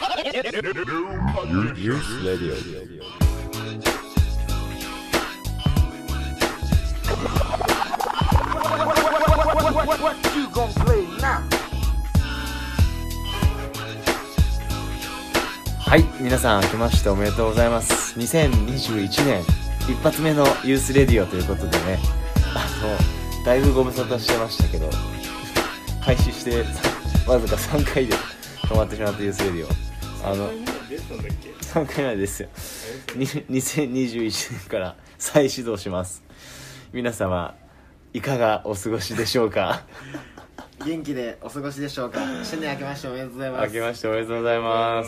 Youth Radio. What you gonna play now? はい、皆さん明けましておめでとうございます。2021年一発目のユースレディオということでね、だいぶご無沙汰してましたけど開始してわずか3回で止まってしまったユースレディオ、3回目ですよ。2021年から再始動します。皆様いかがお過ごしでしょうか。 元気でお過ごしでしょうか。新年明けましておめでとうございます。 明けましておめでとうございます。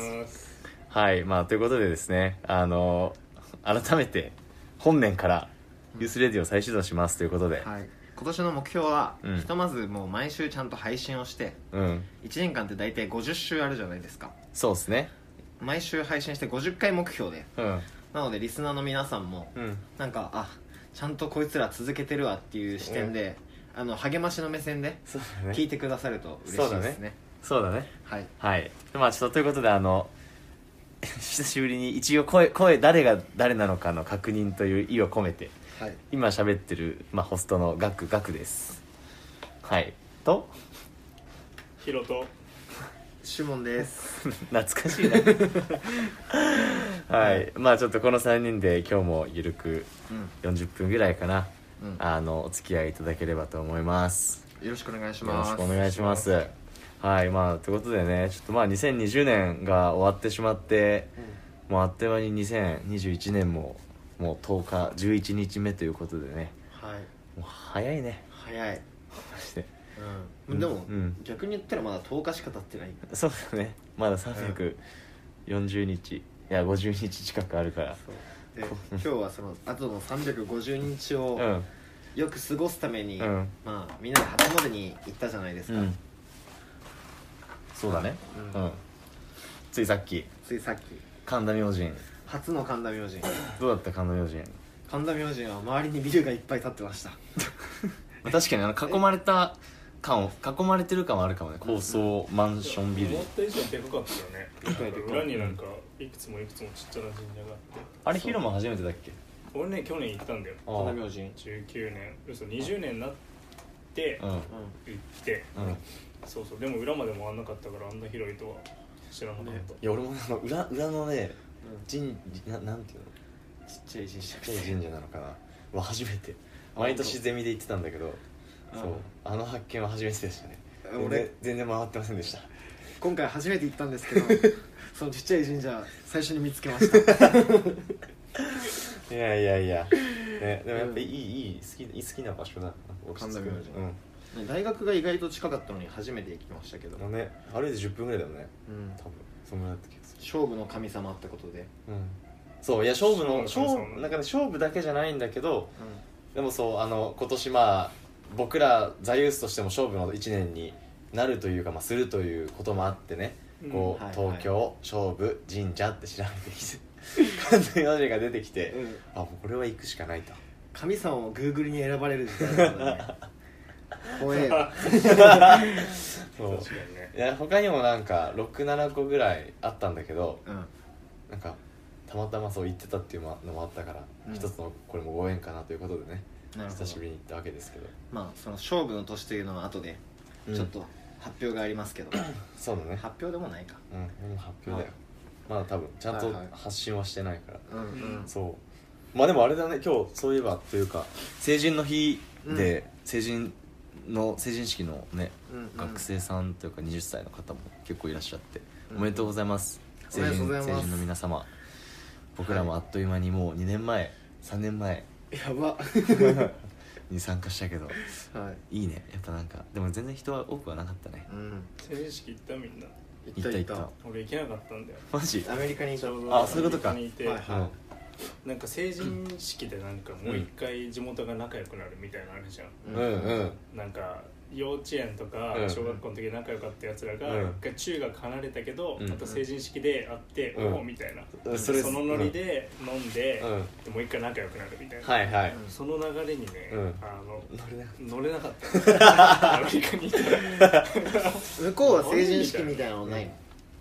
はい、ということでですね、改めて本年からユースレディオ再始動しますということで、 はい、今年の目標は、 ひとまずもう毎週ちゃんと配信をして、 1 年間って大体50週あるじゃないですか。 そうですね。 毎週配信して50回目標で、なのでリスナーの皆さんも、なんかちゃんとこいつら続けてるわっていう視点で、励ましの目線で聞いてくださると嬉しいですね。 そうだね。 はい、 はい、ちょっとということで久しぶりに一応声誰が誰なのかの確認という意を込めて、今喋ってる、ホストのガクです。はいとヒロとシモンです懐かしいなはい、ちょっとこの3人で今日もゆるく40分ぐらいかな、お付き合いいただければと思います。 よろしくお願いしよろます。 しくお願いします。はい、ということでね、ちょっと2020年が終わってしまって、もうあっという間に2021年ももう10日11日目ということでね、もう早いね。 早いマジで。 でも、逆に言ったらまだ10日しか経ってない。 そうだね、まだ340日、いや50日近くあるから。 で今日はその後の350日をよく過ごすために、みんなで初詣に行ったじゃないですか。 そうだね。ついさっき神田明神、 初の神田明神。 どうだった神田明神。 神田明神は周りにビルがいっぱい建ってました。 確かに囲まれてる感はあるかもね。高層マンションビル。 思った以上にでかかったよね。裏になんかいくつもちっちゃな神社があって。 あれヒロも初めてだっけ。 俺ね去年行ったんだよ。 神田明神 19年嘘20年になって行って、そうでも裏までもあんなかったからあんな広いとは知らなかった。いや俺も裏のね、なんていうの、 ちっちゃい神社なのかな、初めて。毎年ゼミで行ってたんだけど、そう発見は初めてでしたね。俺全然回ってませんでした。 今回初めて行ったんですけどそのちっちゃい神社最初に見つけましたいや、ね、でもやっぱいい好きな場所だ。 神田明神、大学が意外と近かったのに初めて行きましたけどね、歩いて10分ぐらいだよね。多分そんぐらいだった気がする。 勝負の神様ってことで、 そういや勝負だけじゃないんだけど、でもそう今年僕らザユースとしても勝負の1年になるというか、するということもあってね、東京勝負神社って調べてきて神田明神が出てきて、もうこれは行くしかないと。 神様も Google に選ばれる時代なんだね怖えよそういや他にもなんか 6,7 個ぐらいあったんだけど、なんかたまたまそう言ってたっていうのもあったから、一つのこれもご縁かなということでね、久しぶりに行ったわけですけど、 その勝負の年というのは後でちょっと発表がありますけど、 そうだね、 発表でもないか、 でも発表だよ。まだ多分ちゃんと発信はしてないから、そうでもあれだね、今日そういえばというか成人の日で、成人式のね、学生さんというか20歳の方も結構いらっしゃって、おめでとうございます。成人の皆様、僕らもあっという間にもう2年前3年前やばに参加したけど、いいね。やっぱなんかでも全然人は多くはなかったね。 成人式行った？みんな行った。 俺行けなかったんだよ。 マジ？ アメリカにいた。そういうことか。 なんか成人式でなんかもう一回地元が仲良くなるみたいなのあるじゃん。なんか幼稚園とか小学校の時で仲良かったやつらが中学離れたけどまた成人式で会っておおみたいな、そのノリで飲んでもう一回仲良くなるみたいな、その流れにね乗れなかったアメリカにいたら向こうは成人式みたいなのないの？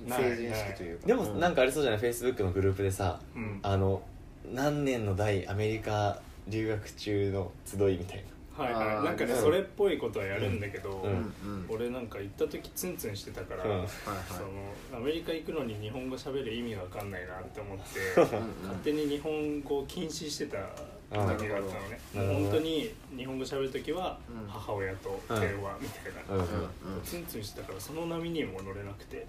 成人式というか。 でもなんかありそうじゃない、Facebook のグループでさ、何年の代アメリカ留学中の集いみたいな、なんかねそれっぽいことはやるんだけど、俺なんか行った時ツンツンしてたから、そのアメリカ行くのに日本語喋る意味が分かんないなって思って勝手に日本語を禁止してた時があったのね。本当に日本語喋る時は母親と電話みたいな、ツンツンしてたからその波にも乗れなくて、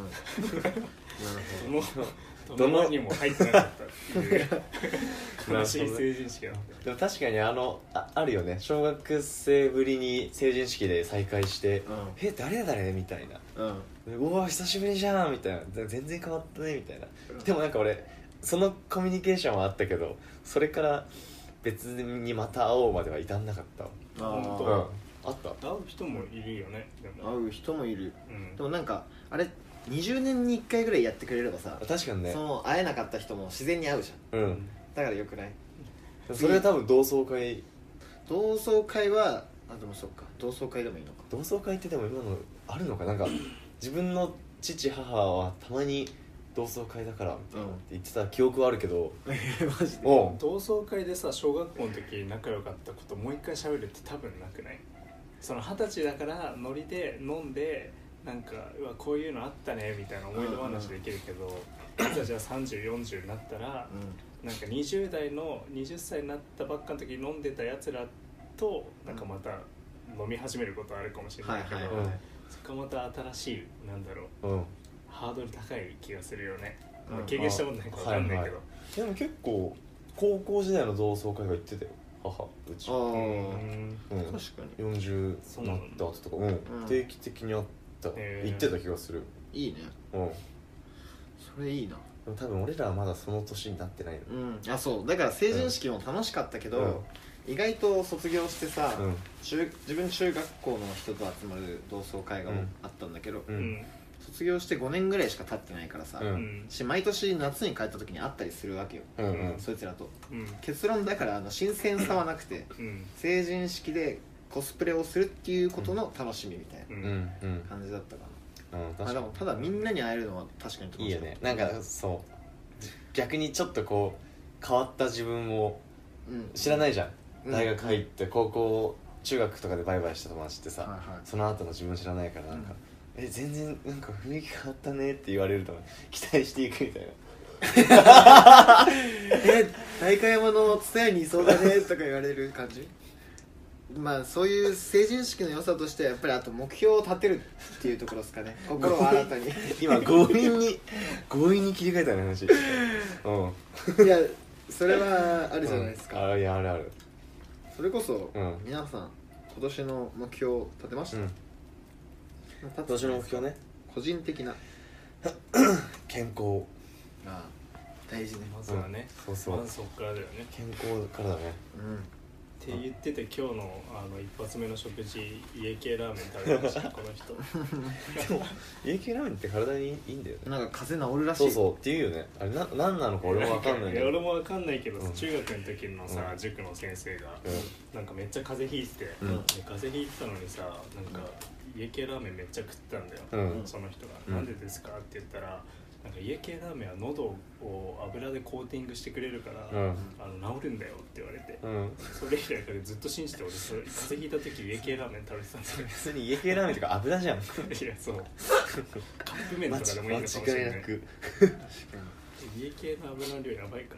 どのにも入ってなかったっていう悲しい成人式だった。 でも確かにあるよね、小学生ぶりに成人式で再会して、誰みたいな、うわ久しぶりじゃんみたいな、全然変わったねみたいな。でもなんか俺そのコミュニケーションはあったけど、それから別にまた会おうまでは至んなかったわ。 本当、 あった。 会う人もいるよね。 会う人もいる、でもなんかあれ20年に1回ぐらいやってくれればさ、 確かにね、 その会えなかった人も自然に会うじゃん、だからよくない？ それは多分同窓会はでもそっか、同窓会でもいいのか。 同窓会ってでも今のあるのか、なんか自分の父母はたまに同窓会だからみたいなって言ってた記憶はあるけど、 マジで同窓会でさ、小学校の時仲良かったこともう一回喋るって多分なくない？その20歳だからノリで飲んでなんかうわこういうのあったねみたいな思い出話できるけど、いざじゃあ30、40になったら、なんか20代の20歳になったばっかの時に飲んでたやつらとなんかまた飲み始めることあるかもしれないけど、そこはまた新しいなんだろう、ハードル高い気がするよね。経験したことないか分かんないけど、 でも結構高校時代の同窓会が行ってたよ、母うち。 確かに 40になった後とか定期的にあった、行ってた気がする。 いいね、それいいな。 でも多分俺らはまだその年になってないの。そうだから成人式も楽しかったけど、意外と卒業してさ、自分中学校の人と集まる同窓会があったんだけど、卒業して5年ぐらいしか経ってないからさ、毎年夏に帰った時に会ったりするわけよ、そいつらと、結論だから新鮮さはなくて、成人式でコスプレをするっていうことの楽しみみたいな感じだったかな。でもただみんなに会えるのは確かに楽しい。 いいよね。なんかそう逆にちょっとこう変わった自分を知らないじゃん、大学入って高校中学とかでバイバイした友達ってさ、その後の自分知らないから、なんか全然なんか雰囲気変わったねって言われると期待していくみたいな代官山の蔦屋にいそうだねとか言われる感じ。まあそういう成人式の良さとしてはやっぱりあと目標を立てるっていうところですかね。心を新たに今強引に切り替えたね話。 いやそれはあるじゃないですか。 いやある。 それこそ、皆さん今年の目標を立てました？ 今年の目標ね、 個人的な健康。 大事ね。 まずはね、まずそっからだよね。 健康からだね。 って言ってて今日の一発目の食事家系ラーメン食べましたこの人。 でも家系ラーメンって体にいいんだよね。 なんか風邪治るらしい。 そうって言うよね。あれ何なのか俺も分かんないけど。 俺も分かんないけど、中学の時のさ、塾の先生がなんかめっちゃ風邪ひいてて、風邪ひいてたのにさ、なんか家系ラーメンめっちゃ食ったんだよ、その人が。なんでですかって言ったら、なんか家系ラーメンは喉を油でコーティングしてくれるから、治るんだよって言われて、それ以来からずっと信じて、俺風邪ひいた時家系ラーメン食べてたんですよ。 別に家系ラーメンとか油じゃん。いやそうカップ麺とかでもいいのかもしれない。 間違いなく家系の油の量やばいから。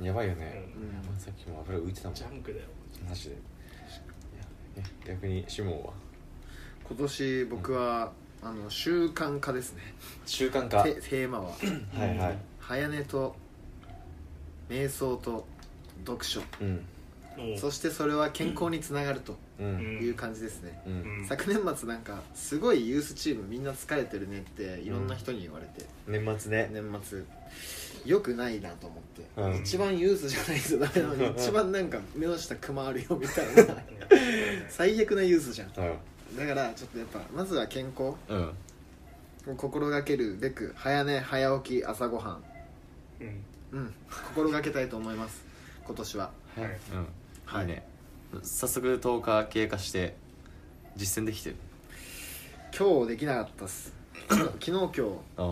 やばいよね。さっきも油浮いてたもん。 ジャンクだよマジで。逆にシモンは今年僕は習慣化ですね。 習慣化テーマは早寝と瞑想と読書、そしてそれは健康につながるという感じですね。昨年末なんかすごいユースチームみんな疲れてるねっていろんな人に言われて、 年末よくないなと思って、一番ユースじゃないとダメなのに一番なんか目の下クマあるよみたいな最悪なユースじゃん。だからちょっとやっぱまずは健康を心がけるべく早寝早起き朝ごはん心がけたいと思います今年は。 いいね。早速10日経過して実践できてる？ 今日できなかったっす。昨日今日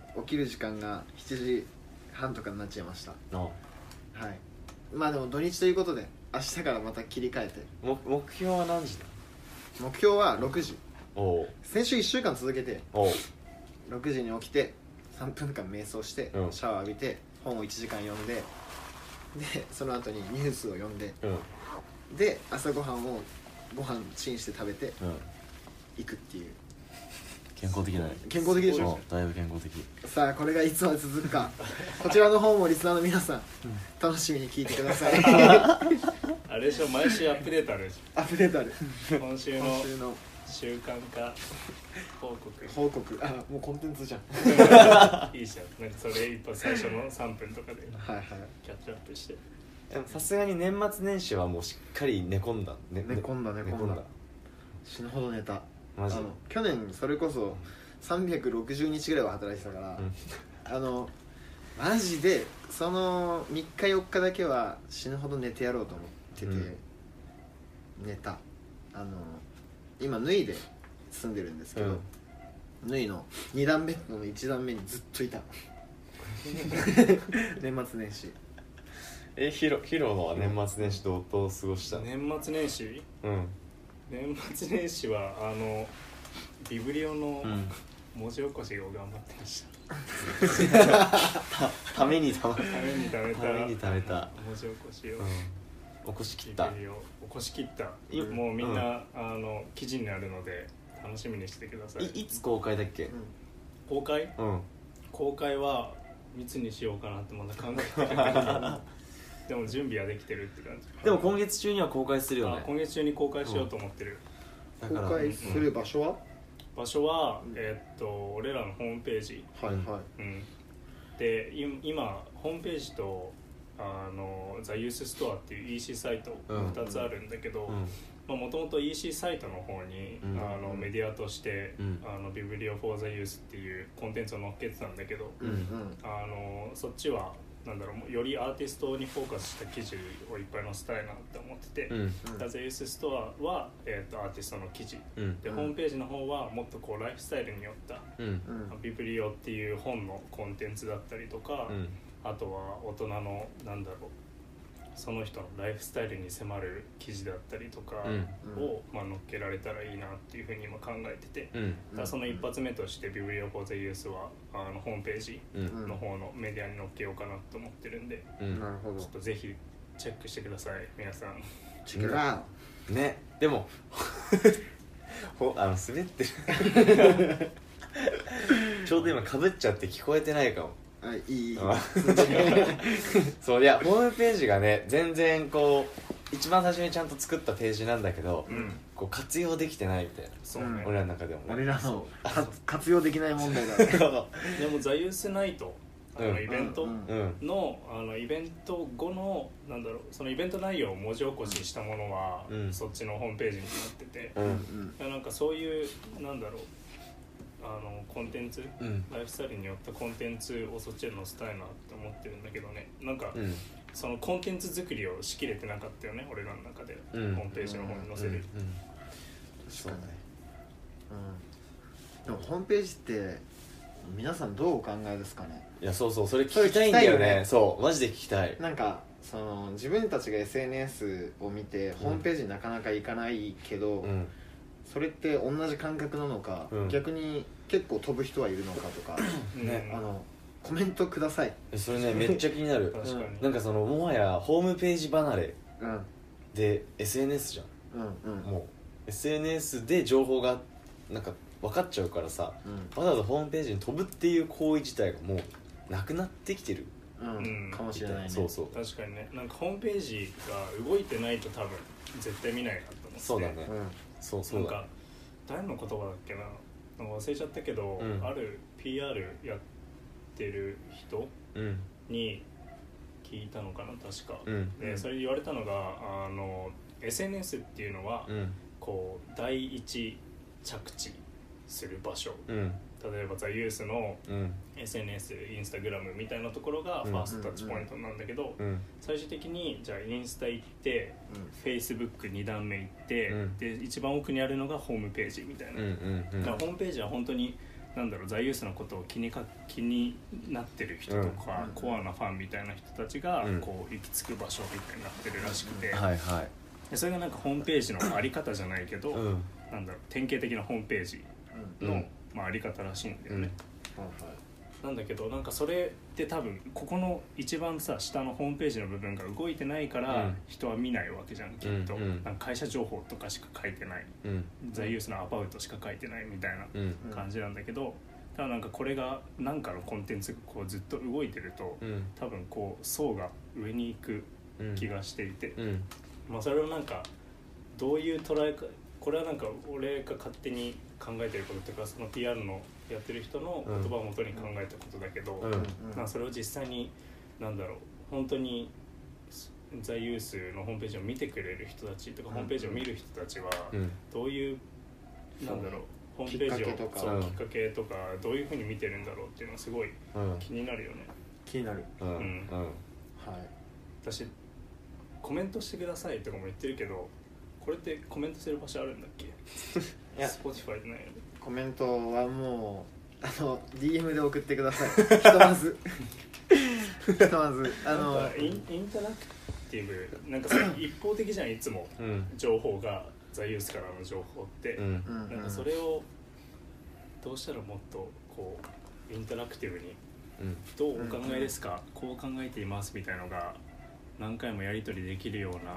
起きる時間が7時半とかになっちゃいました。はい。まあでも土日ということで明日からまた切り替えて。 目標は何時だ？ 目標は6時。 お先週1週間続けてお 6時に起きて3分間瞑想して、 うん、 シャワー浴びて本を1時間読んで、でその後にニュースを読んで、うん、で朝ごはんをご飯チンして食べて、うん、行くっていう。 健康的だね。 健康的でしょ。 だいぶ健康的。 さあこれがいつまで続くかこちらの方もリスナーの皆さん、楽しみに聞いてくださいあれでしょ、毎週アップデートあるでしょ。 アップデートある。 今週の習慣化報告。 あ、もうコンテンツじゃんいいじゃん。なんかそれ一発最初の3分とかではいはいキャッチアップして。 でもさすがに年末年始はもうしっかり寝込んだ。 寝込んだ死ぬほど寝た。 マジ去年それこそ360日ぐらいは働いてたから、うん、マジでその3日4日だけは死ぬほど寝てやろうと思ってて、うん、寝た。今縫いで住んでるんですけど、縫いの2段ベッドの1段目にずっといた年末年始。 ヒロのは年末年始どう過ごした？ 年末年始？うん。年末年始はビブリオの文字起こしを頑張ってましたためにためた文字起こしを、 起こしきった。 もうみんな、記事になるので楽しみにしてください。 いつ公開だっけ？ 公開？公開はいつにしようかなってまだ考えてるでも準備はできてるって感じ。 でも今月中には公開するよね。 今月中に公開しようと思ってる。 公開する場所は？ 場所は、俺らのホームページ。 はいはい。 で今ホームページとザ・ユースストアっていう EC サイト2つあるんだけど、もともと EC サイトの方に、メディアとして、ビブリオ・フォー・ザ・ユースっていうコンテンツを載っけてたんだけど、そっちはよりアーティストにフォーカスした記事をいっぱい載せたいなって思ってて、ザ・ユースストアは、アーティストの記事、でホームページの方はもっとこうライフスタイルによった、ビブリオっていう本のコンテンツだったりとか、あとは大人のその人のライフスタイルに迫る記事だったりとかを、載っけられたらいいなっていうふうに今考えてて、だその一発目としてビブリオ・フォー・ザ・ユースはホームページの方のメディアに載っけようかなと思ってるんで、ちょっとぜひチェックしてください皆さん。 チェックラウね。でも滑ってるちょうど今かぶっちゃって聞こえてないかも。 いいそういやホームページがね全然こう一番最初にちゃんと作ったページなんだけど、こう活用できてないみたいな。 そうね、 俺らの中でも、 俺らの活用できない問題だねでもザ・ユースナイトイベントの、イベント後のそのイベント内容を文字起こししたものは、そっちのホームページになってて、なんかそういうコンテンツ、ライフスタイルによったコンテンツをそっちで載せたいなって思ってるんだけどね、なんか、そのコンテンツ作りをしきれてなかったよね俺らの中で、ホームページの方に載せる。 確かに。でもホームページって皆さんどうお考えですかね？ いやそうそれ聞きたいんだよね。そうマジで聞きたい。 なんか自分たちが SNS を見てホームページになかなか行かないけど、それって同じ感覚なのか、逆に結構飛ぶ人はいるのかとか、コメントください。 それねめっちゃ気になる確かに。なんかもはやホームページ離れで SNS じゃん、もう SNS で情報がなんか分かっちゃうからさ、わざわざホームページに飛ぶっていう行為自体がもうなくなってきてるかもしれないね。 そう確かにね。なんかホームページが動いてないと多分絶対見ないなと思って。 そうだね、そうだ。 なんか誰の言葉だっけな、なんか忘れちゃったけど、ある PR やってる人に聞いたのかな確か、でそれで言われたのがSNS っていうのは、こう第一着地する場所、例えばザ・ユースの SNS、インスタグラムみたいなところがファーストタッチポイントなんだけど、最終的にじゃあインスタ行って、Facebook2 段目行って、で一番奥にあるのがホームページみたいな、だからホームページは本当になんだろう、ザユースのことを気になってる人とか、コアなファンみたいな人たちがこう行き着く場所みたいになってるらしくて、 はいはい、 でそれがなんかホームページのあり方じゃないけど、なんだろう、典型的なホームページの、まあ、あり方らしいんだよね。なんだけど、なんかそれって多分ここの一番さ下のホームページの部分が動いてないから人は見ないわけじゃん、きっと。なんか会社情報とかしか書いてない、ザユースのアバウトしか書いてないみたいな感じなんだけど、ただなんかこれが何かのコンテンツがこうずっと動いてると、多分こう層が上に行く気がしていて、まあそれをなんかどういう捉えか、これはなんか俺が勝手に考えてることとか、その PR のやってる人の言葉をもとに考えたことだけど、まあそれを実際になんだろう、本当にザユースのホームページを見てくれる人たちとか、ホームページを見る人たちはどういう、なんだろう、ホームページをきっかけとかどういうふうに見てるんだろうっていうのはすごい気になるよね。 気になる。 はい。私コメントしてくださいとかも言ってるけど、これってコメントする場所あるんだっけ？いや、Spotify でないよね。 コメントはもうDM で送ってください。ひとまずインタラクティブ、なんか一方的じゃん、いつも情報がザユースからの情報って、なんかそれをどうしたらもっとこうインタラクティブに、どうお考えですか、こう考えていますみたいのが何回もやり取りできるような、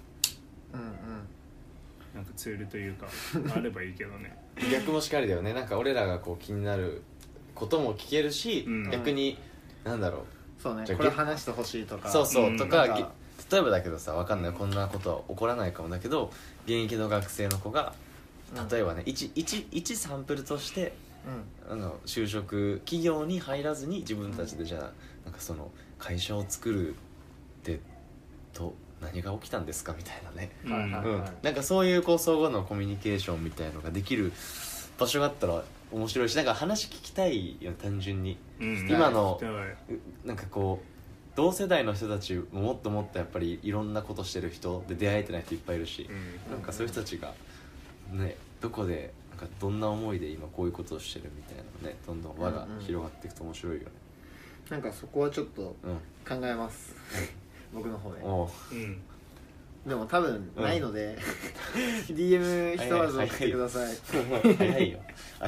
なんかツールというかあればいいけどね。 逆もしかりだよね。なんか俺らがこう気になることも聞けるし、逆になんだろう、 そうね、これ話してほしいとか、 そうそう、とか、例えばだけどさ、わかんない、こんなことは起こらないかもだけど、現役の学生の子が例えばね、一サンプルとして、就職企業に入らずに自分たちでじゃあなんかその会社を作るってと何が起きたんですかみたいなね、なんかそういうこう相互のコミュニケーションみたいのができる場所があったら面白いし、なんか話聞きたいよ、単純に、今のなんかこう同世代の人たちももっともっとやっぱりいろんなことしてる人で出会えてない人いっぱいいるし、なんかそういう人たちがね、どこでなんかどんな思いで今こういうことをしてるみたいなのね、どんどん輪が広がっていくと面白いよね。 なんかそこはちょっと考えます、僕の方で。でも多分ないので、DM ひとまず送ってください。 早いよ。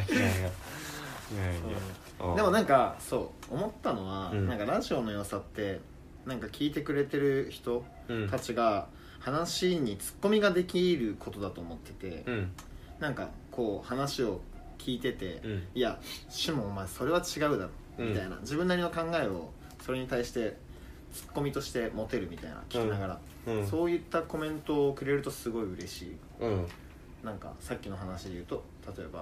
でもなんかそう思ったのは、なんかラジオの良さってなんか聞いてくれてる人たちが話にツッコミができることだと思ってて、なんかこう話を聞いてて、いやシモンお前それは違うだろみたいな、自分なりの考えをそれに対してツッコミとして持てるみたいな、聞きながら、そういったコメントをくれるとすごい嬉しい。なんかさっきの話で言うと、例えば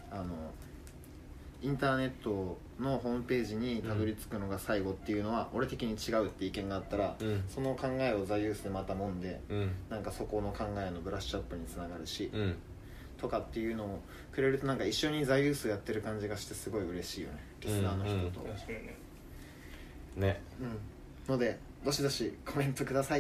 インターネットのホームページにたどり着くのが最後っていうのは、俺的に違うって意見があったら、その考えをザユースでまた揉んで、なんかそこの考えのブラッシュアップにつながるし、とかっていうのをくれると、なんか一緒にザユースやってる感じがしてすごい嬉しいよね、リスナーの人と。 確かにね。 のでどしどしコメントください。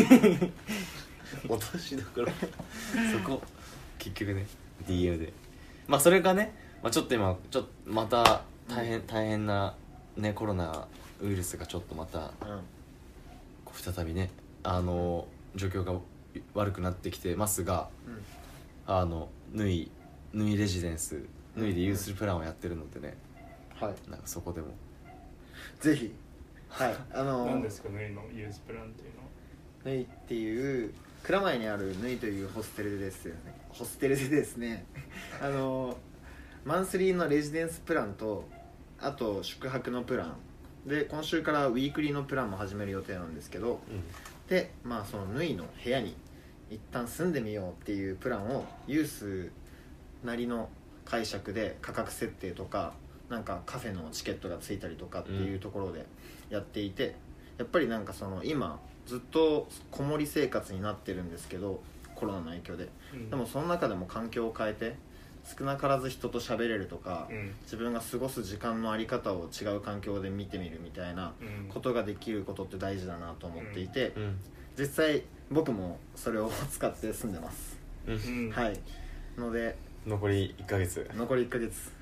落としどころそこ結局ね DM で、まあそれがね、ちょっと今また大変なね、コロナウイルスがちょっとまた、再びね状況が悪くなってきてますが、ヌイレジデンス、ヌイでユースプランをやってるのでね、なんかそこでもぜひ、 何ですか、ヌイのユースプランっていうのは。 ヌイっていう蔵前にあるヌイというホステルでですねマンスリーのレジデンスプランと、あと宿泊のプランで、今週からウィークリーのプランも始める予定なんですけど、でまあそのヌイの部屋に一旦住んでみようっていうプランをユースなりの解釈で価格設定とか、なんかカフェのチケットがついたりとかっていうところでやっていて、やっぱりなんかその今ずっとこもり生活になってるんですけど、コロナの影響で、でもその中でも環境を変えて少なからず人と喋れるとか、自分が過ごす時間の在り方を違う環境で見てみるみたいなことができることって大事だなと思っていて、実際僕もそれを使って住んでます。はい。ので残り1ヶ月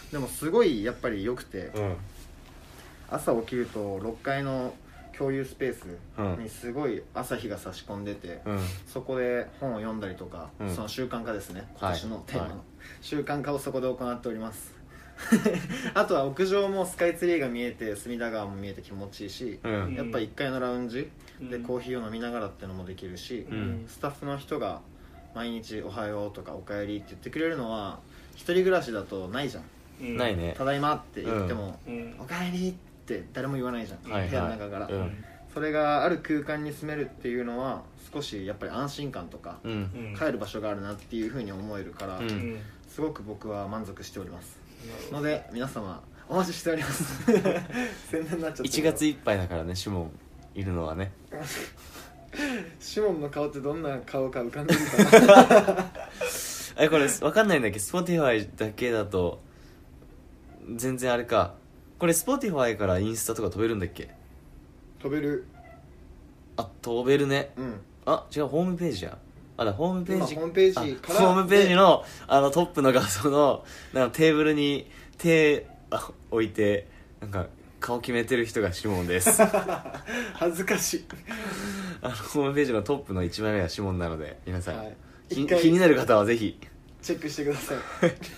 でもすごいやっぱり良くて、朝起きると6階の共有スペースにすごい朝日が差し込んでて、そこで本を読んだりとか、その習慣化ですね、今年のテーマの、習慣化をそこで行っておりますあとは屋上もスカイツリーが見えて隅田川も見えて気持ちいいし、やっぱ1階のラウンジでコーヒーを飲みながらっていうのもできるし、スタッフの人が毎日おはようとかおかえりって言ってくれるのは一人暮らしだとないじゃん、 ないね。 ただいまって言っても、おかえりって誰も言わないじゃん、部屋の中から、それがある空間に住めるっていうのは少しやっぱり安心感とか、帰る場所があるなっていう風に思えるから、すごく僕は満足しておりますので、皆様お待ちしております宣伝になっちゃった。 1月いっぱいだからね、シモンいるのはねシモンの顔ってどんな顔か浮かんでるかなこれ分かんないんだけど Spotify だけだと全然あれか。これ Spotify からインスタとか飛べるんだっけ？ 飛べる。 飛べるね。違う、ホームページや。ホームページからホームページのトップの画像のなんかテーブルに手置いてなんか顔決めてる人がシモンです恥ずかしいホームページのトップの1枚目はシモンなので、皆さん、気になる方はぜひチェックしてください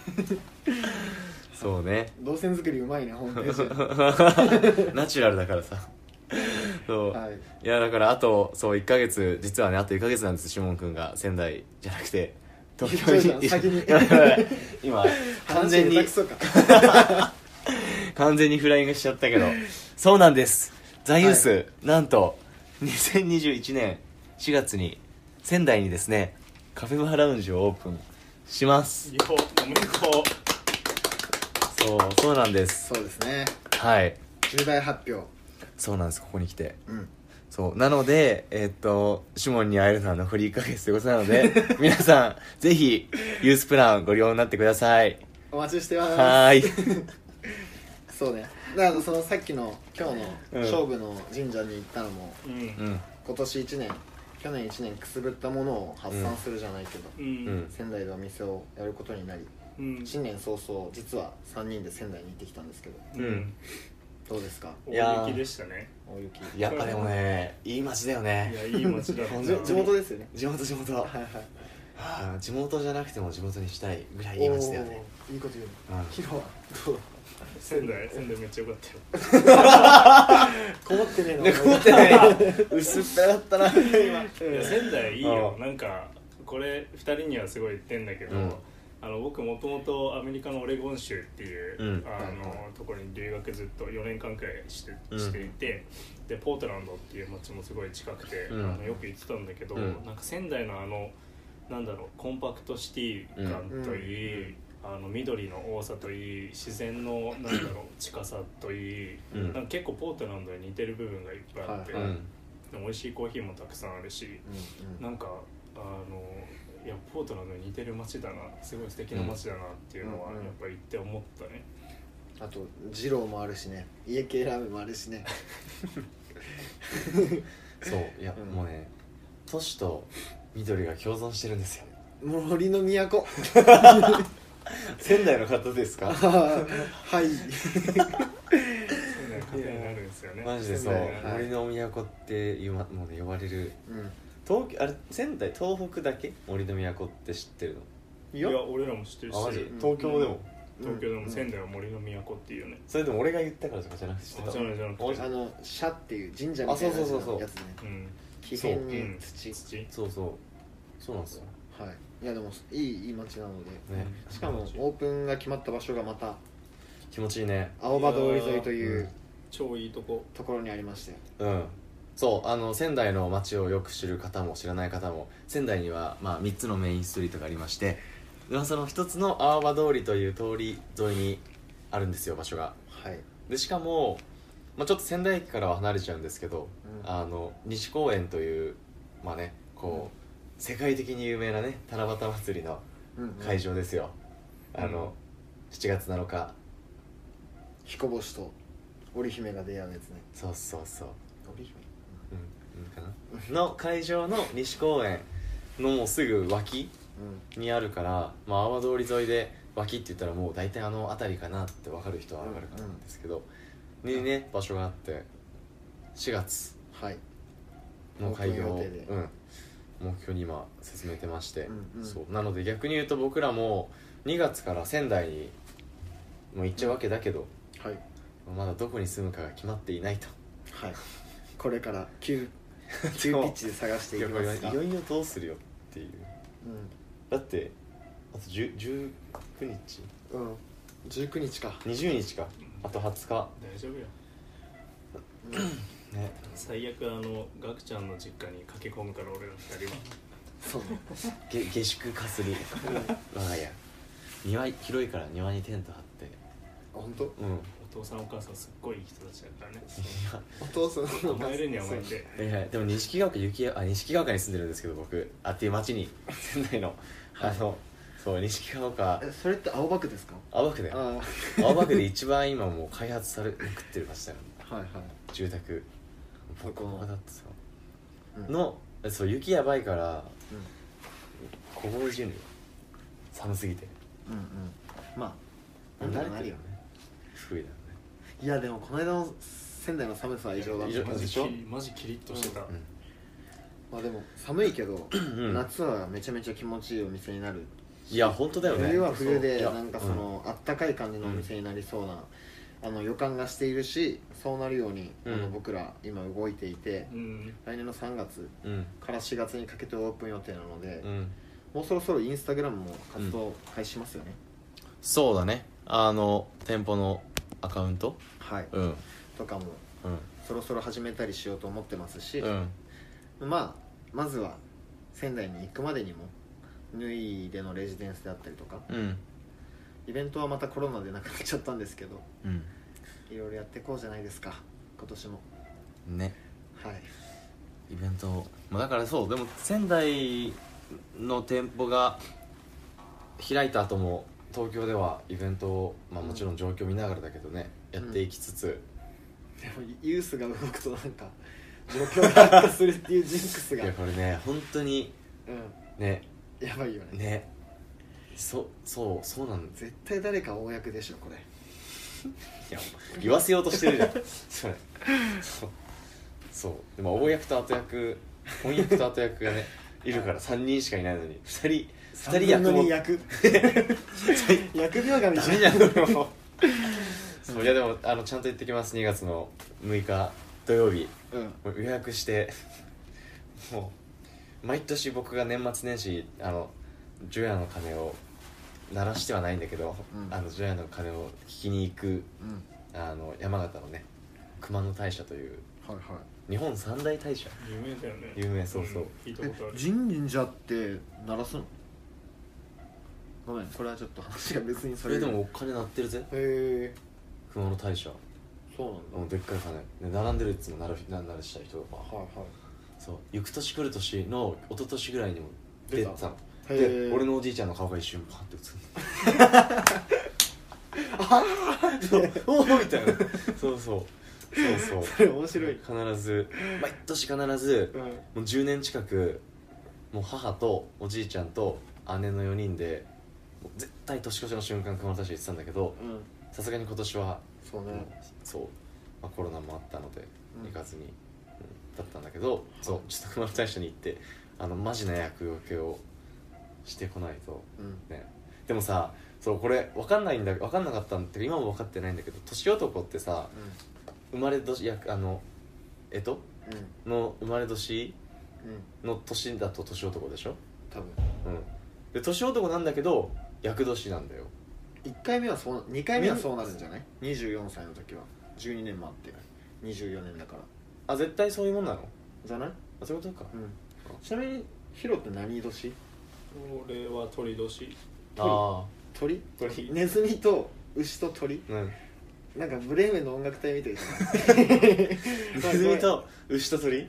そうね、 動線作りうまいね、ホームページナチュラルだからさそう、いやだから1ヶ月、実はねあと1ヶ月なんです。シモンくんが仙台じゃなくて東京に先に今完全に完全にフライングしちゃったけどそうなんです。ザユース、なんと2021年4月に仙台にですねカフェバーラウンジをオープンします。 おめでとう。 そうなんです。 そうですね、 はい、 重大発表。 そうなんです。ここに来て、そうなのでシモンに会えるのは残り1ヶ月ということなので皆さんぜひユースプランご利用になってください。 お待ちしてます。 はいそうね、だからそのさっきの今日の勝負の神社に行ったのも、今年1年去年1年くすぶったものを発散するじゃないけど、仙台でお店をやることになり、新年早々実は3人で仙台に行ってきたんですけど、どうですか？ 大雪でしたね。 大雪。 やっぱでもね、いい街だよね。 いや、いい街だ。 地元ですよね。 地元。地元じゃなくても地元にしたいぐらいいい街だよね。 いいこと言う。ヒロはどう？ 仙台めっちゃ良かったよ。 こもってねえの。こもってない。薄っぺらだったな今。いや仙台いいよ。なんかこれ2人にはすごい言ってんだけど。僕もともとアメリカのオレゴン州っていう、ところに留学ずっと4年間くらいしていて、でポートランドっていう街もすごい近くて、よく行ってたんだけど、なんか仙台のなんだろう、コンパクトシティ感といい、緑の多さといい、自然のなんだろう近さといい、なんか結構ポートランドに似てる部分がいっぱいあって、美味しいコーヒーもたくさんあるし、なんかいやポートランドに似てる街だな、すごい素敵な街だなっていうのはやっぱり行って思ったね。 あと二郎もあるしね、家系ラーメンもあるしねそう、いや、もうね、都市と緑が共存してるんですよ。 森の都仙台の方ですか？ はい仙台の方になるんですよね。 マジでそう、森の都っていうもうね呼ばれる。あれ仙台、東北だけ森の都って知ってるの？ いや俺らも知ってるし、 東京でも仙台は森の都っていうよね。 それでも俺が言ったからとかじゃなくて、 じゃなくて社っていう神社みたいなやつね。木片に土。 そうなんですよ。 はい。いやでもいい街なので、しかもオープンが決まった場所がまた気持ちいいね。 青葉通り沿いという超いいところにありまして、 そう仙台の街をよく知る方も知らない方も、仙台には3つのメインストリートがありまして、その1つの青葉通りという通り沿いにあるんですよ、場所が。でしかも、ちょっと仙台駅からは離れちゃうんですけど、西公園というこう世界的に有名なね七夕祭りの会場ですよ。7月7日彦星と織姫が出会うやつね。 そう織姫かなの会場の西公園のもうすぐ脇にあるから、青葉通り沿いで脇って言ったらもう大体あの辺りかなって分かる人は分かるかと思うんですけど、にね場所があって4月の開業を、目標に今進めてまして、そうなので逆に言うと僕らも2月から仙台にもう行っちゃうわけだけど、まだどこに住むかが決まっていないと。 これから急ピッチで探していきますが、 いよいよどうするよっていう、だってあと19日 19日か 20日か、あと20日。大丈夫よね、最悪ガクちゃんの実家に駆け込むから俺ら2人は。 そうね下宿かすり我が家庭広いから庭にテント張って。 本当？ お父さんお母さんすっごいいい人たちだからね。 お父さん甘えるに甘えて。 でも錦ヶ丘に住んでるんですけど僕っていう町に仙台のそう錦ヶ丘。 それって青葉区ですか？ 青葉区だよ。青葉区で一番今もう開発されまくってる町だよ。住宅ボコボコだってさのそう雪やばいからこぼれ死ぬよ、寒すぎて。 まあなんだろうなるよね。 福井だよね。 いやでもこの間の仙台の寒さは異常だった。 マジキリッとしてた。 まあでも寒いけど夏はめちゃめちゃ気持ちいいお店になる。 いや本当だよね。 冬は冬でなんかそのあったかい感じのお店になりそうな予感がしているし、そうなるように僕ら今動いていて、来年の3月から4月にかけてオープン予定なので、もうそろそろインスタグラムも活動開始しますよね。 そうだね、店舗のアカウントとかもそろそろ始めたりしようと思ってますし、まずは仙台に行くまでにも縫いでのレジデンスであったりとか、イベントはまたコロナでなくなっちゃったんですけど、いろいろやっていこうじゃないですか今年もね。イベントだからそう、でも仙台の店舗が開いた後も東京ではイベントを、もちろん状況見ながらだけどね、やっていきつつ、 でもユースが動くとなんか状況が悪化するっていうジンクスがいやこれね本当にねやばいよね。 そうなんだ。 絶対誰か公でしょこれ。 いや言わせようとしてるじゃんそれ。そうでも公役と後役、翻訳と後役がねいるから3人しかいないのに2人役も役病神じゃん。 そういやでもちゃんと行ってきます。2月の6日土曜日、予約してもう毎年僕が年末年始除夜の鐘を鳴らしてはないんだけど、除夜の鐘を聞きに行く、山形のね熊野大社という、日本三大大社。 有名だよね。 有名、そうそう。 聞いたことある。 神社って鳴らすの？ごめん、これはちょっと話が別にそれでもお金鳴ってるぜ。へえ。熊野大社。 そうなんだ。 でっかい鐘並んでるっつも鳴らした人が、そう行く年来る年の一昨年ぐらいにも出てたので、俺のおじいちゃんの顔が一瞬パッて映るの。おおみたいな。そうそれ面白い。 毎年必ず、もう10年近くもう母とおじいちゃんと姉の4人で絶対年越しの瞬間熊野大社行ってたんだけど、さすがに今年はコロナもあったので行かずに、だったんだけど、ちょっと熊野大社に行ってマジな厄除けをしてこないと、でもさ、これ分かんなかったんだけど、今も分かってないんだけど、年男ってさ、生まれ年の生まれ年の年だと年男でしょ多分。 で年男なんだけど厄年なんだよ。 1回目はそう、2回目はそうなるんじゃない？24歳の時は12年もあって24年だから。 絶対そういうもんなのじゃない？ そういうことか。 ちなみにヒロって何年？ 俺は鳥年。 鳥？ネズミと牛と鳥？なんかブレーメンの音楽隊みたいじゃない？ ネズミと牛と鳥？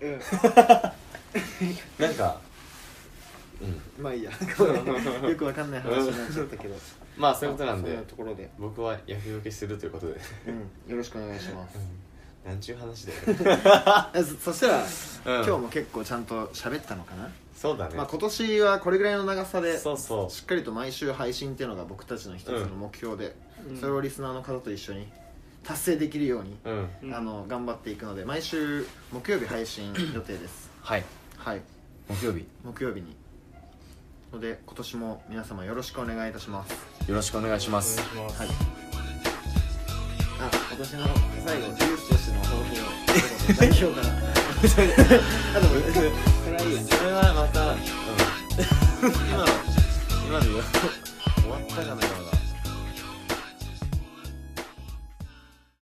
なんかまあいいや。よくわかんない話になっちゃったけど。 そういうことなんで、僕は厄除けするということで、 よろしくお願いします。 なんちゅう話だよそしたら、今日も結構ちゃんと喋ったのかな。 そうだね。 まあ今年はこれぐらいの長さでそうそうしっかりと毎週配信っていうのが僕たちの一つの目標で、それをリスナーの方と一緒に達成できるように、頑張っていくので、毎週木曜日配信予定ですはいはい、 木曜日にので、今年も皆様よろしくお願いいたします。 よろしくお願いします。 はい。あ、今年の最後ジュースとしての抱負を代表からあ、でもそれはいいや。 それはまた今の終わったかな。